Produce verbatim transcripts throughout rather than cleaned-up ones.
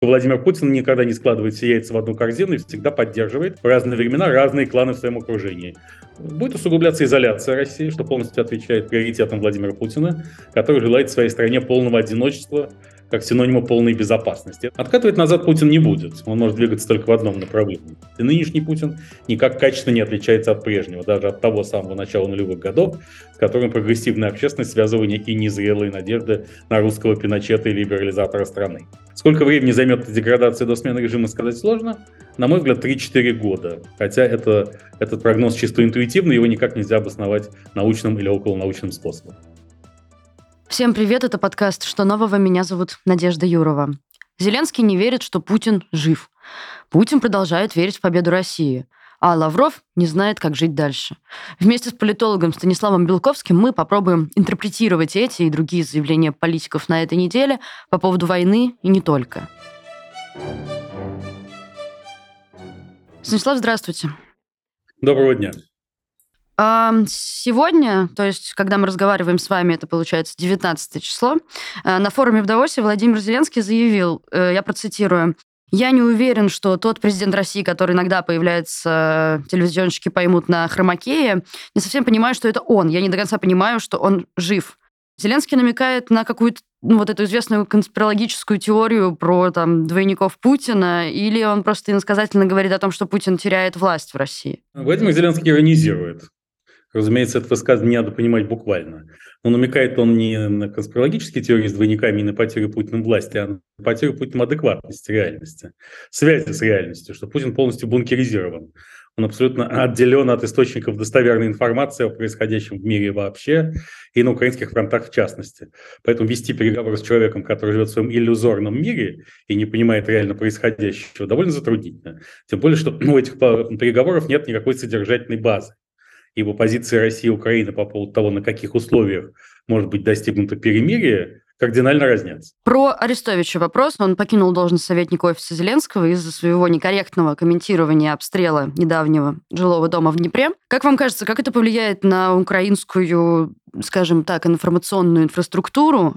Владимир Путин никогда не складывает все яйца в одну корзину и всегда поддерживает в разные времена разные кланы в своем окружении. Будет усугубляться изоляция России, что полностью отвечает приоритетам Владимира Путина, который желает своей стране полного одиночества, как синонима полной безопасности. Откатывать назад Путин не будет. Он может двигаться только в одном направлении. И нынешний Путин никак качественно не отличается от прежнего, даже от того самого начала нулевых годов, с которым прогрессивная общественность связывала некие незрелые надежды на русского Пиночета и либерализатора страны. Сколько времени займет эта деградация до смены режима, сказать сложно. На мой взгляд, три-четыре года. Хотя это, этот прогноз чисто интуитивный, его никак нельзя обосновать научным или околонаучным способом. Всем привет, это подкаст «Что нового?». Меня зовут Надежда Юрова. Зеленский не верит, что Путин жив. Путин продолжает верить в победу России. А Лавров не знает, как жить дальше. Вместе с политологом Станиславом Белковским мы попробуем интерпретировать эти и другие заявления политиков на этой неделе по поводу войны и не только. Станислав, здравствуйте. Доброго дня. Сегодня, то есть, когда мы разговариваем с вами, это получается девятнадцатое число, на форуме в Давосе Владимир Зеленский заявил, я процитирую: «Я не уверен, что тот президент России, который иногда появляется, телевизионщики поймут на хромакее, не совсем понимаю, что это он. Я не до конца понимаю, что он жив». Зеленский намекает на какую-то ну, вот эту известную конспирологическую теорию про там, двойников Путина, или он просто иносказательно говорит о том, что Путин теряет власть в России? Владимир Зеленский иронизирует. Разумеется, это высказывание не надо понимать буквально. Но намекает он не на конспирологические теории с двойниками и на потерю Путиным власти, а на потерю Путиным адекватности реальности, связи с реальностью, что Путин полностью бункеризирован. Он абсолютно отделен от источников достоверной информации о происходящем в мире вообще и на украинских фронтах в частности. Поэтому вести переговоры с человеком, который живет в своем иллюзорном мире и не понимает реально происходящего, довольно затруднительно. Тем более, что у этих переговоров нет никакой содержательной базы. Ибо позиции России и Украины по поводу того, на каких условиях может быть достигнуто перемирие, кардинально разнятся. Про Арестовича вопрос. Он покинул должность советника офиса Зеленского из-за своего некорректного комментирования обстрела недавнего жилого дома в Днепре. Как вам кажется, как это повлияет на украинскую, скажем так, информационную инфраструктуру?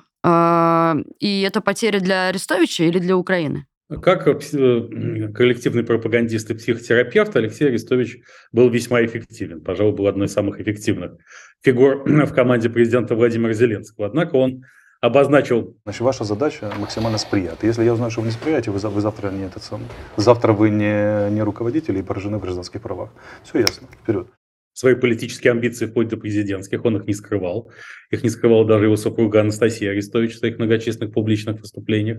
И это потеря для Арестовича или для Украины? Как коллективный пропагандист и психотерапевт Алексей Арестович был весьма эффективен. Пожалуй, был одной из самых эффективных фигур в команде президента Владимира Зеленского. Однако он обозначил... Значит, ваша задача максимально сприять. Если я узнаю, что вы не сприяете, вы, вы завтра не этот самый. Завтра вы не, не руководитель и поражены в гражданских правах. Все ясно. Вперед. Свои политические амбиции вплоть до президентских он их не скрывал. Их не скрывала даже его супруга Анастасия Арестович в своих многочисленных публичных выступлениях.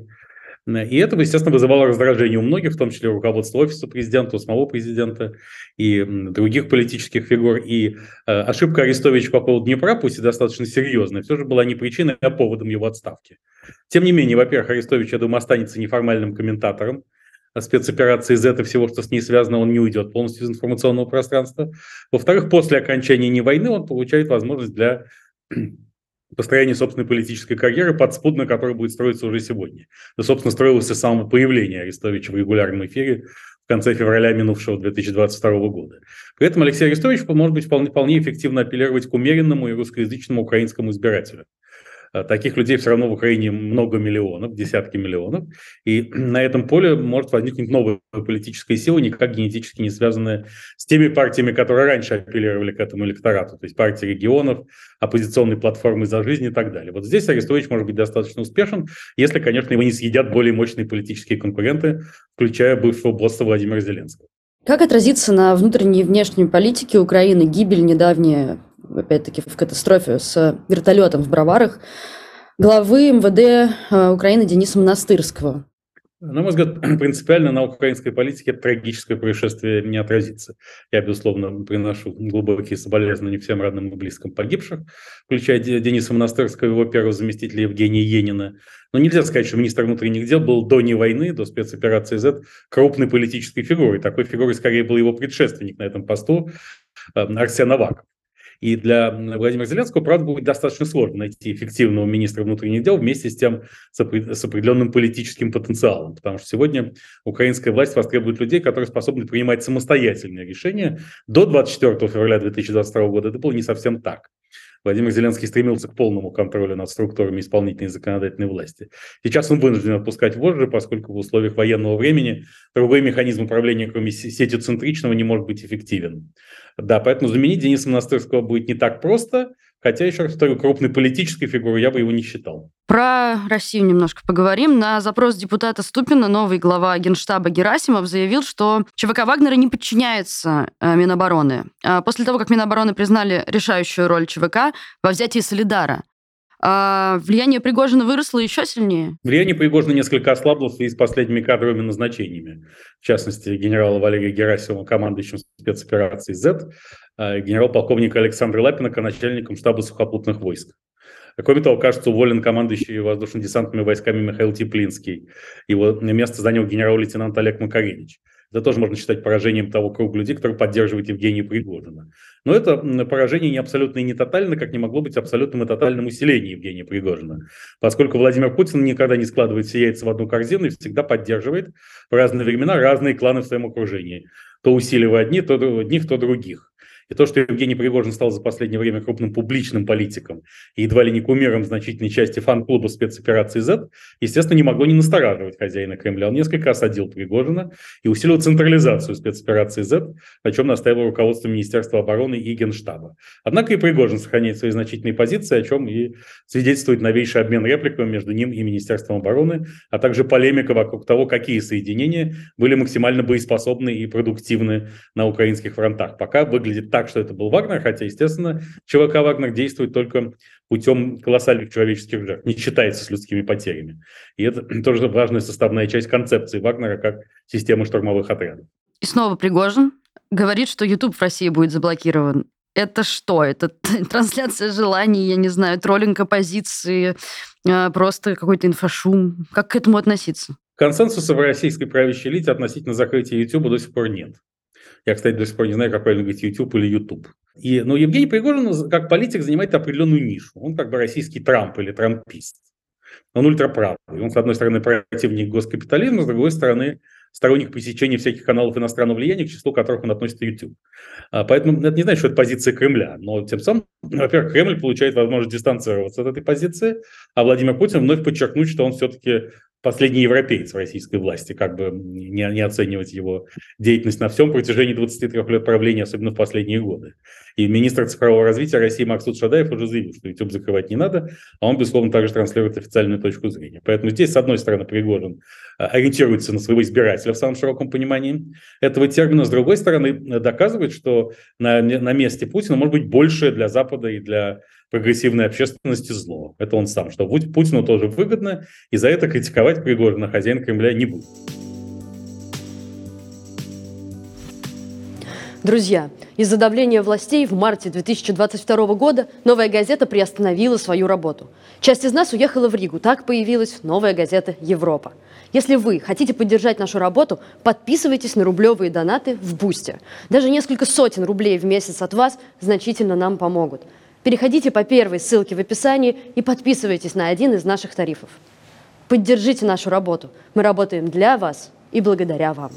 И это, естественно, вызывало раздражение у многих, в том числе у руководства офиса президента, у самого президента и других политических фигур. И э, ошибка Арестовича по поводу Днепра, пусть и достаточно серьезная, все же была не причиной, а поводом его отставки. Тем не менее, во-первых, Арестович, я думаю, останется неформальным комментатором спецоперации Z и всего, что с ней связано, он не уйдет полностью из информационного пространства. Во-вторых, после окончания не войны он получает возможность для построение собственной политической карьеры, подспудно которая будет строиться уже сегодня. Да, собственно, строилась с самого появления Арестовича в регулярном эфире в конце февраля минувшего две тысячи двадцать второго года. При этом Алексей Арестович может быть вполне, вполне эффективно апеллировать к умеренному и русскоязычному украинскому избирателю. Таких людей все равно в Украине много миллионов, десятки миллионов. И на этом поле может возникнуть новая политическая сила, никак генетически не связанная с теми партиями, которые раньше апеллировали к этому электорату. То есть партии регионов, оппозиционной платформы «За жизнь» и так далее. Вот здесь Арестович может быть достаточно успешен, если, конечно, его не съедят более мощные политические конкуренты, включая бывшего босса Владимира Зеленского. Как отразится на внутренней и внешней политике Украины гибель недавняя, опять-таки, в катастрофе с вертолетом в Броварах главы эм вэ дэ Украины Дениса Монастырского? На мой взгляд, принципиально на украинской политике это трагическое происшествие не отразится. Я, безусловно, приношу глубокие соболезнования всем родным и близким погибших, включая Дениса Монастырского, его первого заместителя Евгения Енина. Но нельзя сказать, что министр внутренних дел был до не войны, до спецоперации Z крупной политической фигурой. Такой фигурой скорее был его предшественник на этом посту Арсен Аваков. И для Владимира Зеленского, правда, будет достаточно сложно найти эффективного министра внутренних дел вместе с тем, с определенным политическим потенциалом. Потому что сегодня украинская власть востребует людей, которые способны принимать самостоятельные решения. До двадцать четвёртого февраля две тысячи двадцать второго года это было не совсем так. Владимир Зеленский стремился к полному контролю над структурами исполнительной и законодательной власти. Сейчас он вынужден отпускать вожжи, поскольку в условиях военного времени другой механизм управления, кроме сетицентричного, не может быть эффективен. Да, поэтому заменить Дениса Монастырского будет не так просто, хотя, еще раз повторю, крупной политической фигурой я бы его не считал. Про Россию немножко поговорим. На запрос депутата Ступина новый глава Генштаба Герасимов заявил, что ЧВК Вагнера не подчиняется э, Минобороны. А после того, как Минобороны признали решающую роль ЧВК во взятии Солидара, а влияние Пригожина выросло еще сильнее? Влияние Пригожина несколько ослабло в связи с последними кадровыми назначениями. В частности, генерала Валерия Герасимова командующим спецоперацией «Зет», генерал-полковника Александра Лапина начальником штаба сухопутных войск. Кроме того, кажется, уволен командующий воздушно-десантными войсками Михаил Теплинский. Его место занял генерал-лейтенант Олег Макаревич. Это тоже можно считать поражением того круга людей, который поддерживает Евгения Пригожина. Но это поражение не абсолютно и не тотально, как не могло быть абсолютным и тотальным усилением Евгения Пригожина. Поскольку Владимир Путин никогда не складывает все яйца в одну корзину и всегда поддерживает в разные времена разные кланы в своем окружении. То усиливая одни, то одних, то других. И то, что Евгений Пригожин стал за последнее время крупным публичным политиком и едва ли не кумиром значительной части фан-клуба спецоперации «Зет», естественно, не могло не настораживать хозяина Кремля. Он несколько осадил Пригожина и усилил централизацию спецоперации «Зет», на чем настаивало руководство Министерства обороны и Генштаба. Однако и Пригожин сохраняет свои значительные позиции, о чем и свидетельствует новейший обмен репликами между ним и Министерством обороны, а также полемика вокруг того, какие соединения были максимально боеспособны и продуктивны на украинских фронтах. Пока выглядит так, что это был Вагнер, хотя, естественно, ЧВК Вагнер действует только путем колоссальных человеческих жертв, не считается с людскими потерями. И это тоже важная составная часть концепции Вагнера как системы штурмовых отрядов. И снова Пригожин говорит, что YouTube в России будет заблокирован. Это что? Это трансляция желаний, я не знаю, троллинг оппозиции, просто какой-то инфошум. Как к этому относиться? Консенсуса в российской правящей элите относительно закрытия YouTube до сих пор нет. Я, кстати, до сих пор не знаю, как правильно говорить, YouTube или YouTube. И, но Евгений Пригожин, как политик, занимает определенную нишу. Он как бы российский Трамп или трампист. Он ультраправый. Он, с одной стороны, противник госкапитализма, с другой стороны, сторонник пресечения всяких каналов иностранного влияния, к числу которых он относится YouTube. Поэтому это не значит, что это позиция Кремля. Но тем самым, во-первых, Кремль получает возможность дистанцироваться от этой позиции, а Владимир Путин вновь подчеркнуть, что он все-таки последний европеец в российской власти, как бы не, не оценивать его деятельность на всем протяжении двадцати трёх лет правления, особенно в последние годы. И министр цифрового развития России Максут Шадаев уже заявил, что YouTube закрывать не надо, а он, безусловно, также транслирует официальную точку зрения. Поэтому здесь, с одной стороны, Пригожин ориентируется на своего избирателя в самом широком понимании этого термина, с другой стороны, доказывает, что на, на месте Путина может быть большее для Запада и для прогрессивной общественности зло. Это он сам, что Путину тоже выгодно, и за это критиковать Пригожина хозяин Кремля не будет. Друзья, из-за давления властей в марте две тысячи двадцать второго года «Новая газета» приостановила свою работу. Часть из нас уехала в Ригу. Так появилась «Новая газета Европа». Если вы хотите поддержать нашу работу, подписывайтесь на рублевые донаты в Бусте. Даже несколько сотен рублей в месяц от вас значительно нам помогут. Переходите по первой ссылке в описании и подписывайтесь на один из наших тарифов. Поддержите нашу работу. Мы работаем для вас и благодаря вам.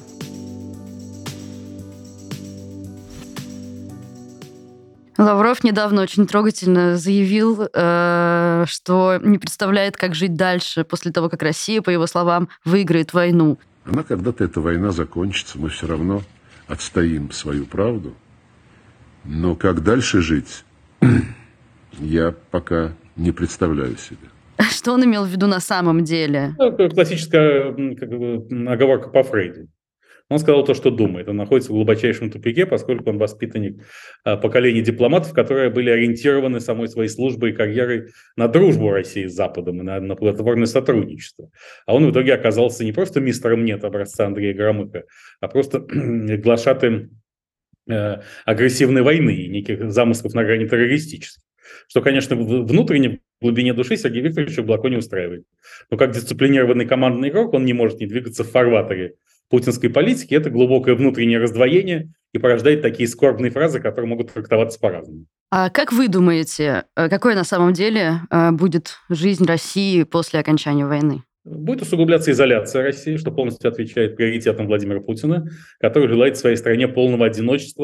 Лавров недавно очень трогательно заявил, э, что не представляет, как жить дальше после того, как Россия, по его словам, выиграет войну. Она когда-то, эта война закончится, мы все равно отстоим свою правду. Но как дальше жить, я пока не представляю себе. Что он имел в виду на самом деле? Это классическая как бы, оговорка по Фрейду. Он сказал то, что думает. Он находится в глубочайшем тупике, поскольку он воспитанник поколения дипломатов, которые были ориентированы самой своей службой и карьерой на дружбу России с Западом и на, на плодотворное сотрудничество. А он в итоге оказался не просто мистером нет образца Андрея Громыка, а просто глашатаем э, агрессивной войны и неких замыслов на грани террористических. Что, конечно, внутренне, в глубине души Сергей Викторович глубоко не устраивает. Но как дисциплинированный командный игрок он не может не двигаться в фарватере путинской политики. Это глубокое внутреннее раздвоение и порождает такие скорбные фразы, которые могут трактоваться по-разному. А как вы думаете, какой на самом деле будет жизнь России после окончания войны? Будет усугубляться изоляция России, что полностью отвечает приоритетам Владимира Путина, который желает своей стране полного одиночества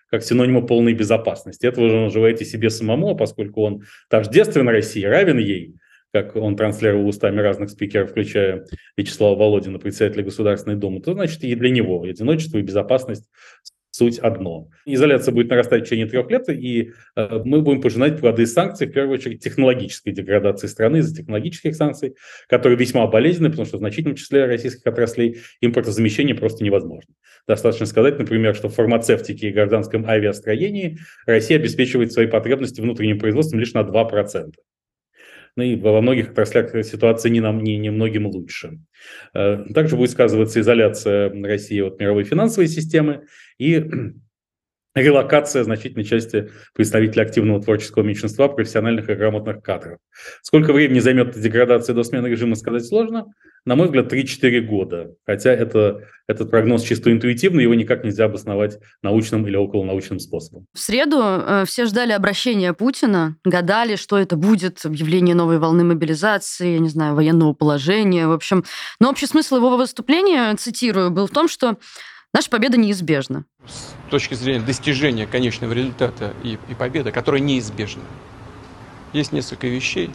как синонима полной безопасности. Этого же он желает и себе самому, поскольку он тождествен России, равен ей, как он транслировал устами разных спикеров, включая Вячеслава Володина, председателя Государственной Думы, то значит и для него одиночество и безопасность суть одно. Изоляция будет нарастать в течение трех лет, и э, мы будем пожинать плоды санкций, в первую очередь технологической деградации страны из-за технологических санкций, которые весьма болезненны, потому что в значительном числе российских отраслей импортозамещение просто невозможно. Достаточно сказать, например, что в фармацевтике и гражданском авиастроении Россия обеспечивает свои потребности внутренним производством лишь на два процента. Ну и во многих отраслях ситуация не, нам, не, не многим лучше. Также будет сказываться изоляция России от мировой финансовой системы и релокация значительной части представителей активного творческого меньшинства, профессиональных и грамотных кадров. Сколько времени займет эта деградация до смены режима, сказать сложно. На мой взгляд, три-четыре года. Хотя это, этот прогноз чисто интуитивный, его никак нельзя обосновать научным или околонаучным способом. В среду э, все ждали обращения Путина, гадали, что это будет, объявление новой волны мобилизации, я не знаю, военного положения, в общем. Но общий смысл его выступления, цитирую, был в том, что наша победа неизбежна. С точки зрения достижения конечного результата и, и победы, которая неизбежна. Есть несколько вещей,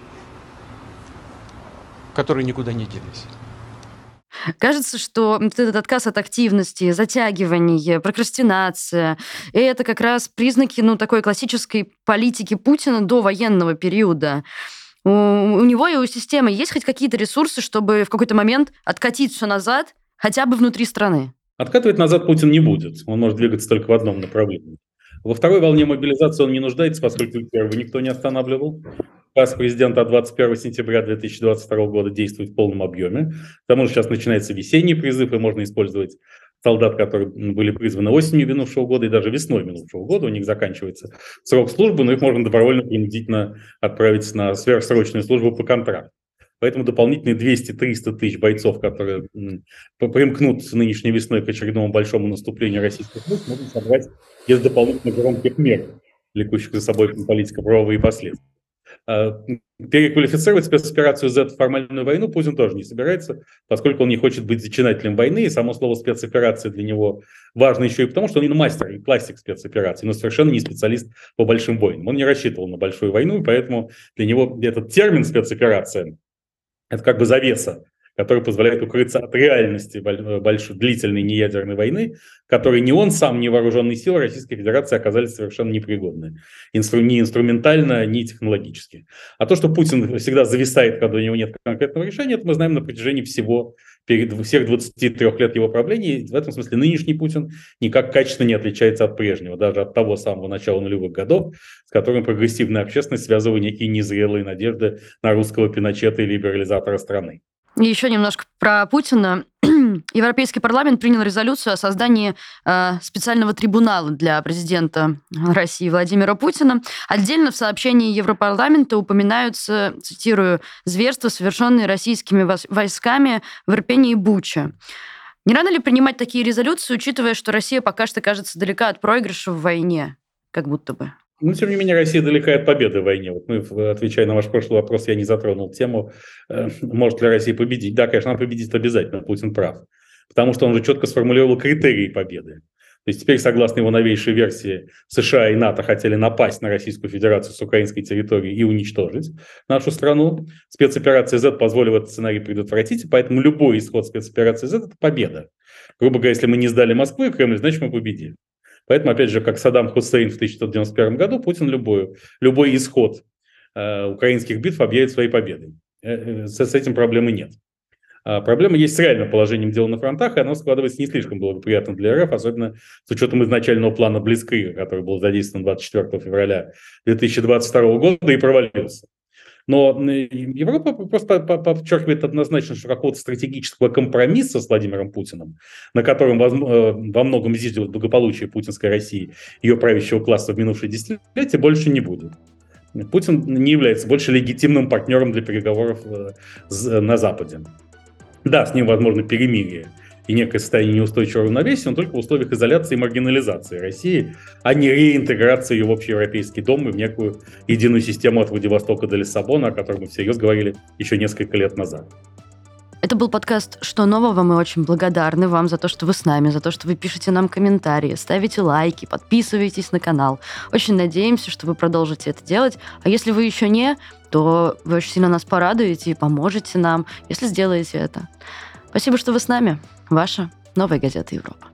которые никуда не делись. Кажется, что этот отказ от активности, затягивание, прокрастинация – это как раз признаки ну, такой классической политики Путина до военного периода. У, у него и у системы есть хоть какие-то ресурсы, чтобы в какой-то момент откатить все назад, хотя бы внутри страны? Откатывать назад Путин не будет. Он может двигаться только в одном направлении. Во второй волне мобилизации он не нуждается, поскольку первого никто не останавливал. Указ президента от двадцать первого сентября две тысячи двадцать второго года действует в полном объеме. К тому же сейчас начинается весенний призыв, и можно использовать солдат, которые были призваны осенью минувшего года и даже весной минувшего года. У них заканчивается срок службы, но их можно добровольно принудительно отправить на сверхсрочную службу по контракту. Поэтому дополнительные двести-триста тысяч бойцов, которые примкнут нынешней весной к очередному большому наступлению российских войск, можно собрать без дополнительных громких мер, влекущих за собой политико-правовые последствия. Переквалифицировать спецоперацию Z в формальную войну Путин тоже не собирается, поскольку он не хочет быть зачинателем войны, и само слово спецоперация для него важно еще и потому, что он и мастер, и классик спецопераций, но совершенно не специалист по большим войнам. Он не рассчитывал на большую войну, и поэтому для него этот термин спецоперация – это как бы завеса, который позволяет укрыться от реальности большой, длительной неядерной войны, которой ни он сам, ни вооруженные силы Российской Федерации оказались совершенно непригодны. Инстру, ни инструментально, ни технологически. А то, что Путин всегда зависает, когда у него нет конкретного решения, это мы знаем на протяжении всего, всех двадцати трёх лет его правления. И в этом смысле нынешний Путин никак качественно не отличается от прежнего, даже от того самого начала нулевых годов, с которым прогрессивная общественность связывала некие незрелые надежды на русского Пиночета и либерализатора страны. И еще немножко про Путина. Европейский парламент принял резолюцию о создании э, специального трибунала для президента России Владимира Путина. Отдельно в сообщении Европарламента упоминаются, цитирую, зверства, совершенные российскими войсками в Ирпене и Буче. Не рано ли принимать такие резолюции, учитывая, что Россия пока что кажется далека от проигрыша в войне? Как будто бы. Но, тем не менее, Россия далека от победы в войне. Вот мы, отвечая на ваш прошлый вопрос, я не затронул тему, э, может ли Россия победить. Да, конечно, она победит обязательно, Путин прав. Потому что он же четко сформулировал критерии победы. То есть теперь, согласно его новейшей версии, США и НАТО хотели напасть на Российскую Федерацию с украинской территории и уничтожить нашу страну. Спецоперация Z позволила этот сценарий предотвратить, поэтому любой исход спецоперации Z – это победа. Грубо говоря, если мы не сдали Москву и Кремль, значит, мы победили. Поэтому, опять же, как Саддам Хусейн в тысяча девятьсот девяносто первом году, Путин любой, любой исход э, украинских битв объявит своей победой. Э, с, с этим проблемы нет. А проблема есть с реальным положением дел на фронтах, и оно складывается не слишком благоприятно для РФ, особенно с учетом изначального плана Блицкрига, который был задействован двадцать четвёртого февраля две тысячи двадцать второго года и провалился. Но Европа просто подчеркивает однозначно, что какого-то стратегического компромисса с Владимиром Путиным, на котором во многом зиждет благополучие путинской России, ее правящего класса в минувшие десятилетия, больше не будет. Путин не является больше легитимным партнером для переговоров на Западе. Да, с ним возможно перемирие и некое состояние неустойчивого равновесия, но только в условиях изоляции и маргинализации России, а не реинтеграции ее в общеевропейский дом и в некую единую систему от Владивостока до Лиссабона, о которой мы всерьез говорили еще несколько лет назад. Это был подкаст «Что нового?». Мы очень благодарны вам за то, что вы с нами, за то, что вы пишете нам комментарии, ставите лайки, подписываетесь на канал. Очень надеемся, что вы продолжите это делать. А если вы еще не, то вы очень сильно нас порадуете и поможете нам, если сделаете это. Спасибо, что вы с нами. Ваша Новая газета Европа.